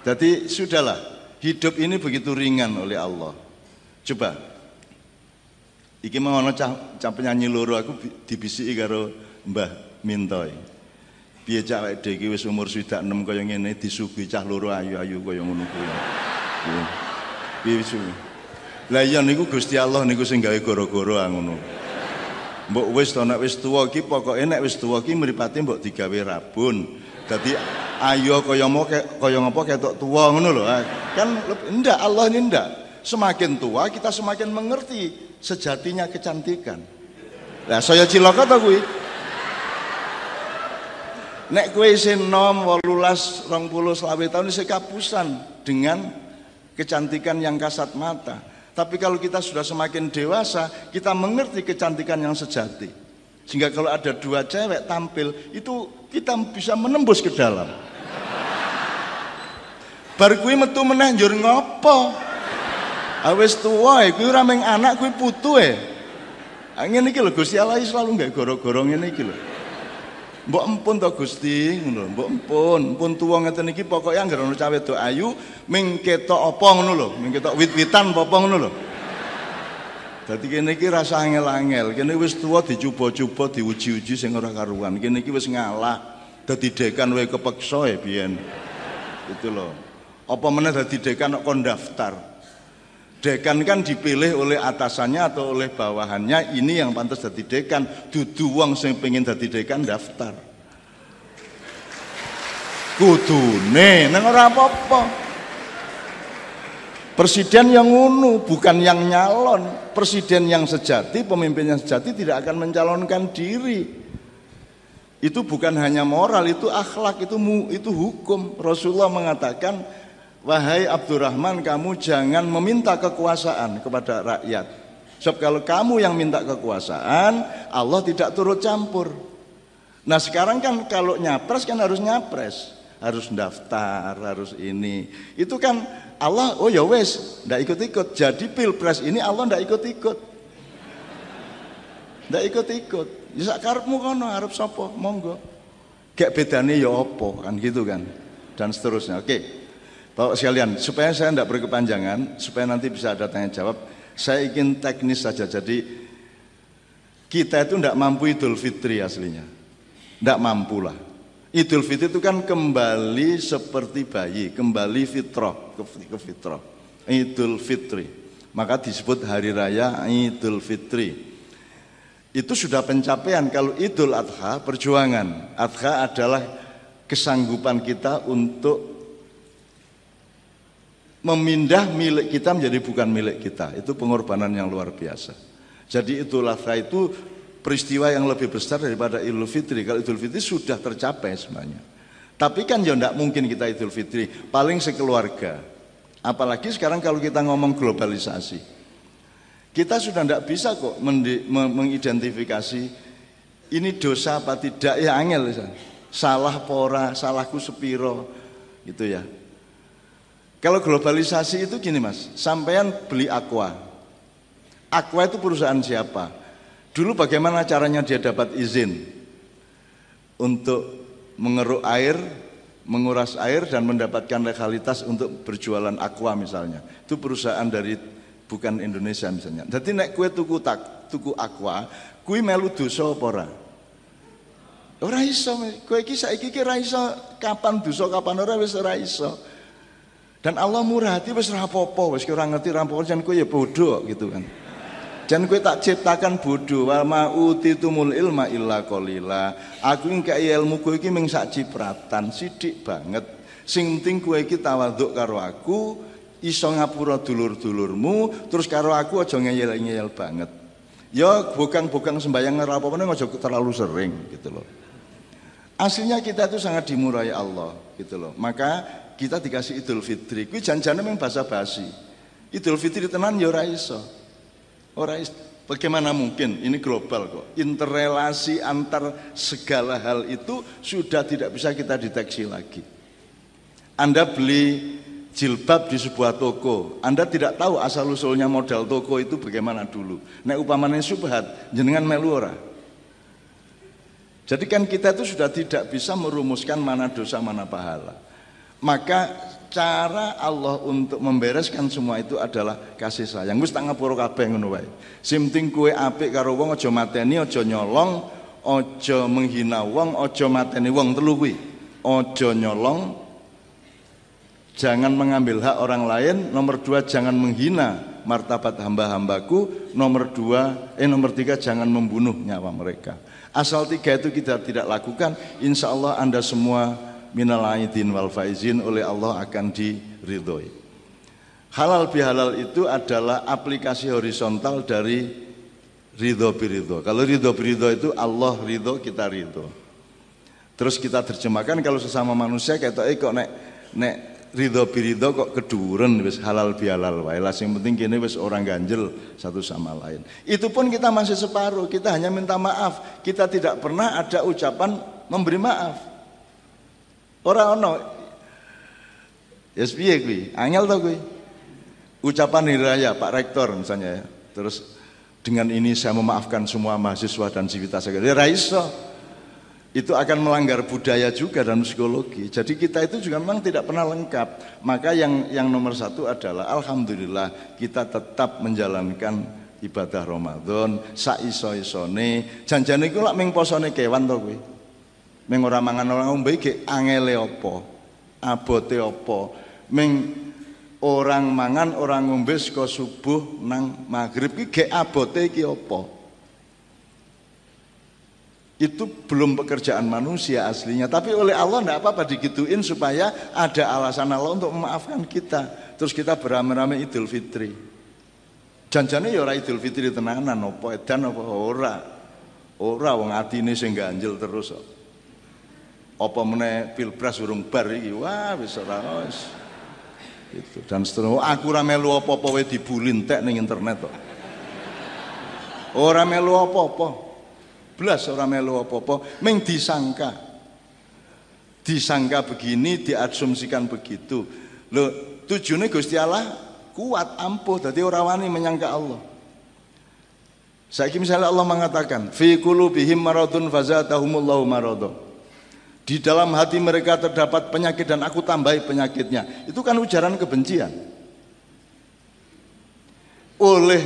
Jadi sudahlah, hidup ini begitu ringan oleh Allah. Coba, iki mau ono cah penyanyi loro aku dibisiki karo Mbah Mintoy. Piye cah awake dhewe iki wis umur 6 kaya ngene disuguhi cah loro ayu-ayu kaya ngono kuwi. Piye wis. Lah iya niku Gusti Allah niku sing gawe gara-gara ngono. Mbok wis to nek wis tuwa iki pokoke nek wis tuwa iki mripate mbok digawe rabun. Dadi ayo kaya ngapa ketok tua ngono lho. Kan ndak, Allah ini ndak. Semakin tua kita semakin mengerti sejatinya kecantikan. Lah saya cilaka to kuwi. Nek kowe isih nom 18, 20, 20 tahun isih kapusan dengan kecantikan yang kasat mata. Tapi kalau kita sudah semakin dewasa, kita mengerti kecantikan yang sejati. Sehingga kalau ada dua cewek tampil, itu kita bisa menembus ke dalam. Bar kuwi metu meneh njur ngopo? Wis tuwa kuwi ora mung anak kuwi putu ngene iki lho Gusti Allah selalu nggak goro-goro ngene iki lho. Mbok empun to Gusti ngono lho, mbok empun tuwa ngeten iki pokoke anggere ono cah wedok ayu ming ketok apa ngono lho, ming ketok wit-witan apa ngono lho. Dadi kene iki rasa angel-angel, kene wis tuwa dicoba-coba diuji-uji sing ora karuan. Kene iki wis ngalah. Dadi dekan wae kepeksa biyen. Itu loh. Apa meneh dadi dekan kok kon daftar. Dekan kan dipilih oleh atasannya atau oleh bawahannya, ini yang pantas dadi dekan. Dudu wong sing pengen dadi dekan daftar. Kudune nang ora apa-apa. Presiden yang ngono, bukan yang nyalon. Presiden yang sejati, pemimpin yang sejati tidak akan mencalonkan diri. Itu bukan hanya moral, itu akhlak, itu hukum. Rasulullah mengatakan, wahai Abdurrahman, kamu jangan meminta kekuasaan kepada rakyat. Sebab kalau kamu yang minta kekuasaan, Allah tidak turut campur. Nah sekarang kan kalau nyapres kan harus nyapres, harus daftar, harus ini. Itu kan Allah, oh ya wes, ndak ikut-ikut. Jadi pilpres ini Allah ndak ikut-ikut. Ndak ikut-ikut. Ya sak karepmu kono, arep sapa? Monggo. Gek bedane ya apa kan gitu kan. Dan seterusnya. Oke. Bapak sekalian, supaya saya tidak berkepanjangan, supaya nanti bisa ada tanya jawab, saya ingin teknis saja. Jadi kita itu tidak mampu Idul Fitri aslinya, tidak mampu lah. Idul Fitri itu kan kembali seperti bayi, kembali fitrah ke fitrah. Idul Fitri, maka disebut hari raya Idul Fitri. Itu sudah pencapaian. Kalau Idul Adha perjuangan. Adha adalah kesanggupan kita untuk memindah milik kita menjadi bukan milik kita. Itu pengorbanan yang luar biasa. Jadi Idul Adha itu peristiwa yang lebih besar daripada Idul Fitri. Kalau Idul Fitri sudah tercapai semuanya. Tapi kan ya tidak mungkin kita Idul Fitri, paling sekeluarga. Apalagi sekarang kalau kita ngomong globalisasi, kita sudah tidak bisa kok mengidentifikasi ini dosa apa tidak. Ya angel, salah pora, salahku sepiro, gitu ya. Kalau globalisasi itu gini mas, sampean beli Aqua. Aqua itu perusahaan siapa? Dulu bagaimana caranya dia dapat izin untuk mengeruk air, menguras air dan mendapatkan legalitas untuk berjualan Aqua misalnya. Itu perusahaan dari bukan Indonesia misalnya. Jadi nek kue tuku Aqua, kue melu dosa apa ora? Ora iso, kue iki saiki iki ora iso kapan dosa kapan ora wis ora iso. Dan Allah murah hati wis ora apa-apa, wis ora ngerti ra apa-apa jan kowe ya bodoh gitu kan. Jan kowe tak ciptakan bodoh, wa ma utitumul ilma illa qalila. Aku iki kaya ilmu kowe iki mung sak cipratan, sithik banget. Sing penting kowe iki tawaduk karo aku, iso ngapura dulur-dulurmu, terus karo aku aja ngeyel-ngeyel banget. Ya bokang-bokang sembahyang ora apa-apa aja terlalu sering gitu loh. Aslinya kita itu sangat dimurahi Allah gitu loh. Maka kita dikasih Idul Fitri, kuwi janjane memang basa-basi. Idul Fitri tenan ya ora iso. Ora iso. Bagaimana mungkin? Ini global kok. Interrelasi antar segala hal itu sudah tidak bisa kita deteksi lagi. Anda beli jilbab di sebuah toko, Anda tidak tahu asal-usulnya modal toko itu bagaimana dulu. Nek upamane subhat, jenengan melu ora? Jadi kan kita itu sudah tidak bisa merumuskan mana dosa mana pahala. Maka cara Allah untuk membereskan semua itu adalah kasih sayang. Wis tak ngapura kabeh ngono wae. Sing penting kowe apik karo wong, aja mateni, aja nyolong, aja menghina wong, aja mateni wong. Telu kuwi. Aja nyolong, jangan mengambil hak orang lain. Nomor 2, jangan menghina martabat hamba-hambaku. Nomor 3, jangan membunuh nyawa mereka. Asal 3 itu kita tidak lakukan, insya Allah Anda semua minal aidin wal faizin, oleh Allah akan diridhoi. Halal bihalal itu adalah aplikasi horizontal dari ridho biridho. Kalau ridho biridho itu Allah ridho, kita ridho. Terus kita terjemahkan kalau sesama manusia kok nek ridho biridho kok keduren, wis halal bihalal wae lah, yang penting kene wis orang ganjel satu sama lain. Itu pun kita masih separuh, kita hanya minta maaf. Kita tidak pernah ada ucapan memberi maaf. Orang ono, ya piye kuwi? Angel to kuwi. Ucapan hari raya Pak Rektor misalnya ya. Terus dengan ini saya memaafkan semua mahasiswa dan civitas saya. Ya ra iso. Itu akan melanggar budaya juga dan psikologi. Jadi kita itu juga memang tidak pernah lengkap. Maka yang nomor 1 adalah alhamdulillah kita tetap menjalankan ibadah Ramadan saiso-isone. Janjane iku lak ming posone kewan to kuwi. Ming ora mangan ora ngombe iki angele apa? Abote apa? Ming orang mangan orang ngombe saka subuh nang maghrib iki gek abote iki apa? Itu belum pekerjaan manusia aslinya, tapi oleh Allah tidak apa-apa digituin supaya ada alasan Allah untuk memaafkan kita. Terus kita beramai-ramai Idul Fitri. Janjane ya ora Idul Fitri tenanan apa edan apa ora. Ora wong atine sing ganjel terus kok. Apa meneh pilpres urung bar iki, wah wis ora wis. Gitu. Dan seterusnya, aku ora melu apa-apa wae dibuli entek ning internet kok. Ora melu apa-apa. Belas ora melu apa-apa, ming disangka. Disangka begini, diasumsikan begitu. Lho, tujuane Gusti Allah kuat, ampuh, dadi ora wani menyangka Allah. Saiki misalnya Allah mengatakan, fi qulubihim maradun fazatahumullahu marada. Di dalam hati mereka terdapat penyakit dan aku tambahi penyakitnya. Itu kan ujaran kebencian. Oleh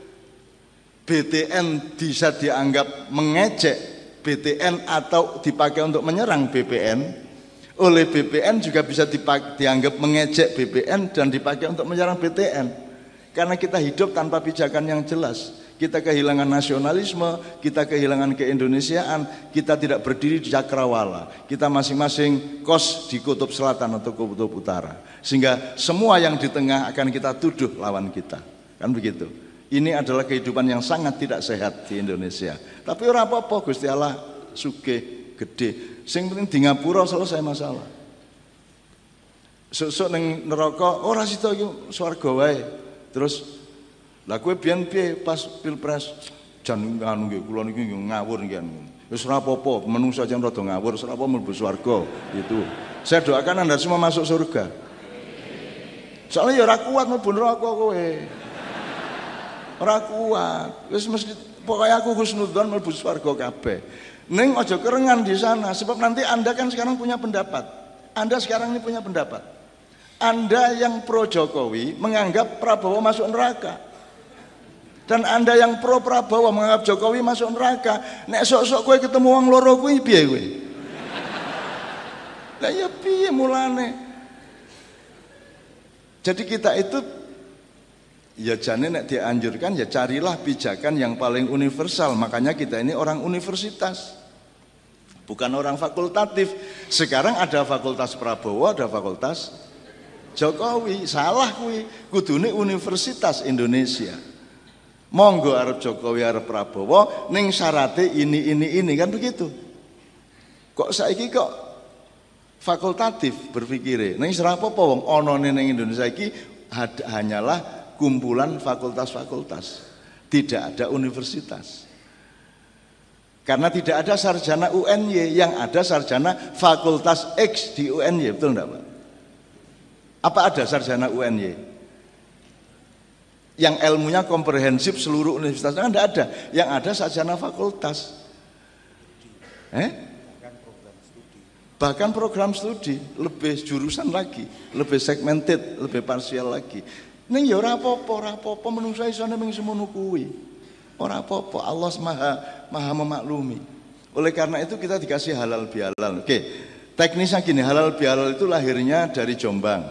BTN bisa dianggap mengejek BTN atau dipakai untuk menyerang BPN. Oleh BPN juga bisa dianggap mengejek BPN dan dipakai untuk menyerang BTN. Karena kita hidup tanpa pijakan yang jelas. Kita kehilangan nasionalisme, kita kehilangan keindonesiaan, kita tidak berdiri di cakrawala. Kita masing-masing kos di kutub selatan atau kutub utara. Sehingga semua yang di tengah akan kita tuduh lawan kita. Kan begitu. Ini adalah kehidupan yang sangat tidak sehat di Indonesia. Tapi ora apa-apa, Gusti Allah sugih, gede. Sing penting di ngapura selesai masalah. Sesuk ning neraka ora sida iki swarga wae. Terus lah kowe biyen piye pas pilpres jan anu nggih kula niki ngawur nggih anu. Wis ora apa-apa, menungsa jan rada ngawur, ora apa mlebu swarga gitu. Saya doakan Anda semua masuk surga. Soalnya ya ora kuat mlebu neraka kowe. Ora kuat. Wis mesti pokoke aku husnudzon mlebu swarga kabeh. Ning aja kerengan di sana sebab nanti Anda kan sekarang punya pendapat. Anda sekarang ini punya pendapat. Anda yang pro Jokowi menganggap Prabowo masuk neraka. Dan Anda yang pro Prabowo menganggap Jokowi masuk neraka. Nek sok-sok kowe ketemu wong loro kuwi piye kowe? Lah ya piye mulane? Jadi kita itu ya jane nek dianjurkan ya carilah pijakan yang paling universal. Makanya kita ini orang universitas. Bukan orang fakultatif. Sekarang ada fakultas Prabowo, ada fakultas Jokowi. Salah kuwi. Kudune Universitas Indonesia. Monggo arep Jokowi arep Prabowo ning syarate ini kan begitu. Kok saiki kok fakultatif berpikire. Ning ora apa-apa wong anane ning Indonesia iki hanyalah kumpulan fakultas-fakultas. Tidak ada universitas. Karena tidak ada sarjana UNY, yang ada sarjana fakultas X di UNY, betul enggak, Pak? Apa ada sarjana UNY? Yang ilmunya komprehensif seluruh universitas, kan tidak ada. Yang ada sarjana fakultas. Bahkan program studi lebih jurusan lagi, lebih segmented, lebih parsial lagi. Ning ya ora apa-apa menungsa isone mung semono kuwi. Ora apa-apa, Allah maha memaklumi. Oleh karena itu kita dikasih halal bihalal. Oke, teknisnya gini, halal bihalal itu lahirnya dari Jombang.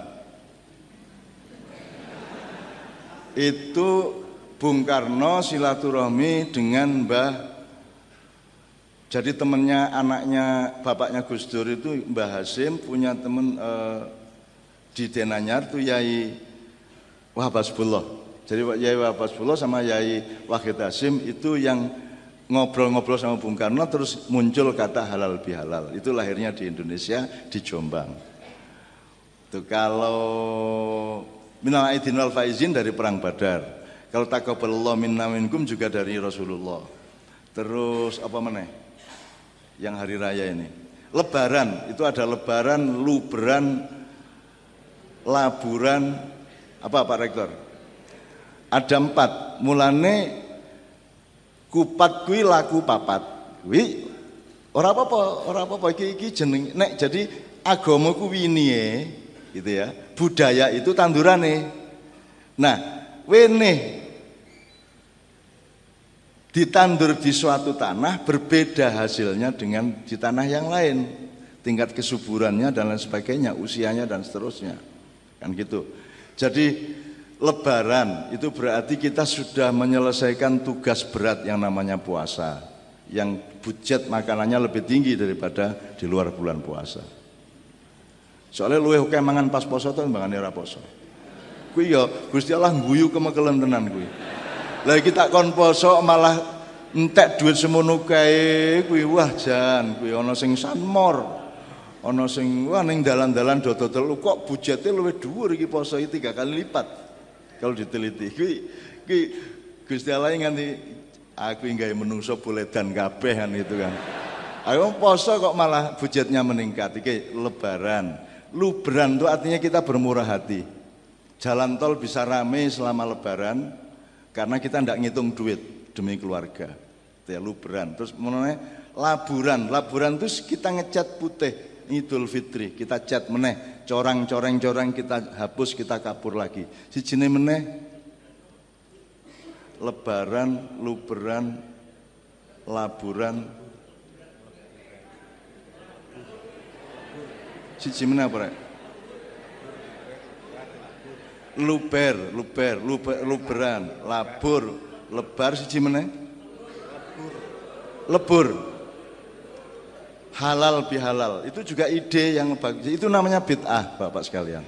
Itu Bung Karno silaturahmi dengan Mbah. Jadi temennya, anaknya, bapaknya Gus Dur itu Mbah Hasim punya temen di Denanyar tuh Yai Wahab Hasbullah. Jadi Yai Wahab Hasbullah sama Yai Wahid Hasim itu yang ngobrol-ngobrol sama Bung Karno terus muncul kata halal bihalal. Itu lahirnya di Indonesia, di Jombang. Tuh kalau minal aidin wal faizin dari perang Badar. Kalau taqabbalallahu minna minkum juga dari Rasulullah. Terus apa meneh? Yang hari raya ini. Lebaran, itu ada lebaran, luberan, laburan, apa Pak Rektor? Ada 4. Mulane kupat kuwi laku papat. Kuwi ora apa-apa iki jeneng nek jadi agama ku winie gitu ya. Budaya itu tandurane. Nah, wene ditandur di suatu tanah berbeda hasilnya dengan di tanah yang lain, tingkat kesuburannya dan lain sebagainya, usianya dan seterusnya, kan gitu. Jadi lebaran itu berarti kita sudah menyelesaikan tugas berat yang namanya puasa, yang budget makanannya lebih tinggi daripada di luar bulan puasa. Soalnya luwih akeh mangan pas poso to mbangane ora poso. Kuwi ya Gusti Allah ngguyu kemekelen tenan kuwi. Lah kita kon poso malah entek duit semono kae kuwi wah jan kuwi ana sing sanmor. Ana sing wah ning dalan-dalan dodol kok budgete luwih dhuwur iki poso 3 kali lipat. Kalau diteliti kuwi Gusti Allah nganti aku nggawe menungso boledan kabeh kan itu kan. Ayo poso kok malah budgetnya meningkat. Iki lebaran. Luberan itu artinya kita bermurah hati. Jalan tol bisa rame selama lebaran karena kita tidak ngitung duit demi keluarga. Itu ya luberan. Terus mengenai laburan itu kita ngecat putih Idul Fitri, kita cat meneh, corang kita hapus, kita kapur lagi. Sijine meneh lebaran, luberan, laburan. Siji meneh apa rek? Luberan, labur, lebar siji meneh. Lebur. Halal bihalal. Itu juga ide yang bagus. Itu namanya bid'ah, Bapak sekalian.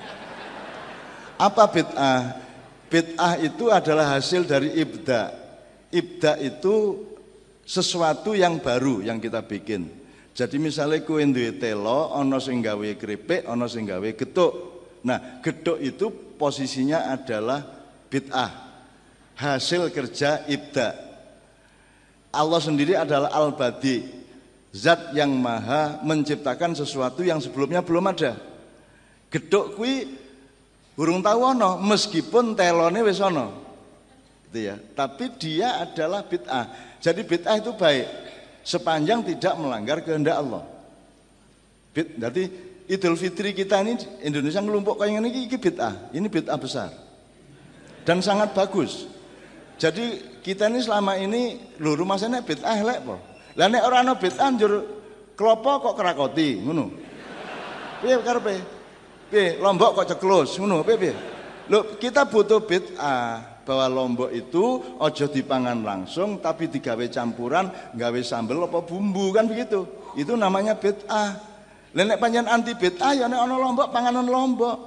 Apa bid'ah? Bid'ah itu adalah hasil dari ibda. Ibda itu sesuatu yang baru yang kita bikin. Jadi misalnya kowe duwe telo, ana sing gawe kripik, ana sing gawe gethuk. Nah, gethuk itu posisinya adalah bid'ah. Hasil kerja ibda. Allah sendiri adalah al-badi, zat yang maha menciptakan sesuatu yang sebelumnya belum ada. Gethuk kuwi burung tahu ana meskipun telone wis ana. Gitu ya. Tapi dia adalah bid'ah. Jadi bid'ah itu baik sepanjang tidak melanggar kehendak Allah. Berarti Idul Fitri kita ini Indonesia ngelumpuk kayak ini bid'ah. Ini bid'ah besar. Dan sangat bagus. Jadi kita ini selama ini lho rumah sana bid'ah elek po. Lah nek ora ana bid'ah njur klopo kok kerakoti ngono. Piye karepe? Piye lombok kok ceklus ngono piye? Lho kita butuh bid'ah. Bahwa lombok itu ojo dipangan langsung tapi digawe campuran, gawe sambel apa bumbu kan begitu. Itu namanya bid'ah. Lah nek pancen anti bid'ah ya nek ana lombok panganan lombok.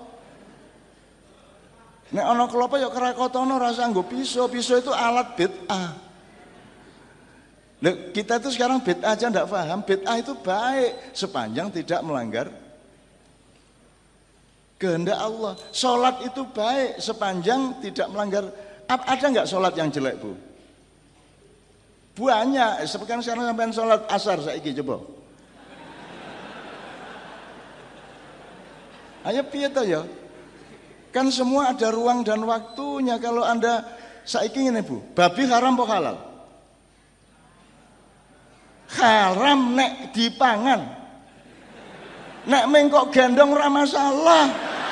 Nek ana kelapa ya kerakotono rasa nggo pisau. Pisau itu alat bid'ah. Lah kita itu sekarang bid'ah aja ndak paham. Bid'ah itu baik sepanjang tidak melanggar kehendak Allah. Salat itu baik sepanjang tidak melanggar. Ada nggak sholat yang jelek bu? Banyak. Sekarang sampai sholat asar saiki coba. Ayo piye to ya? Kan semua ada ruang dan waktunya. Kalau anda saiki ngene bu, babi haram apa halal? Haram nek dipangan. Nek mengkok gendong ora masalah.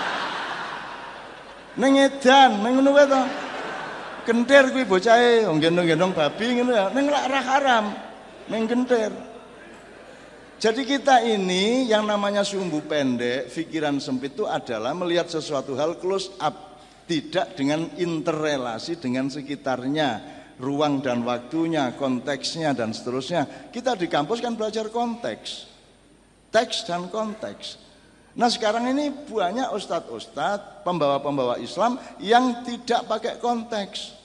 Ning edan, ning ngono wae to. Kentir kuwi bocahe gendong-gendong babi ngono ya. Ning lak ora haram. Ning kentir. Jadi kita ini yang namanya sumbu pendek, pikiran sempit itu adalah melihat sesuatu hal close up, tidak dengan interrelasi dengan sekitarnya, ruang dan waktunya, konteksnya dan seterusnya. Kita di kampus kan belajar konteks, teks dan konteks. Nah sekarang ini banyak ustadz-ustadz, pembawa-pembawa Islam yang tidak pakai konteks.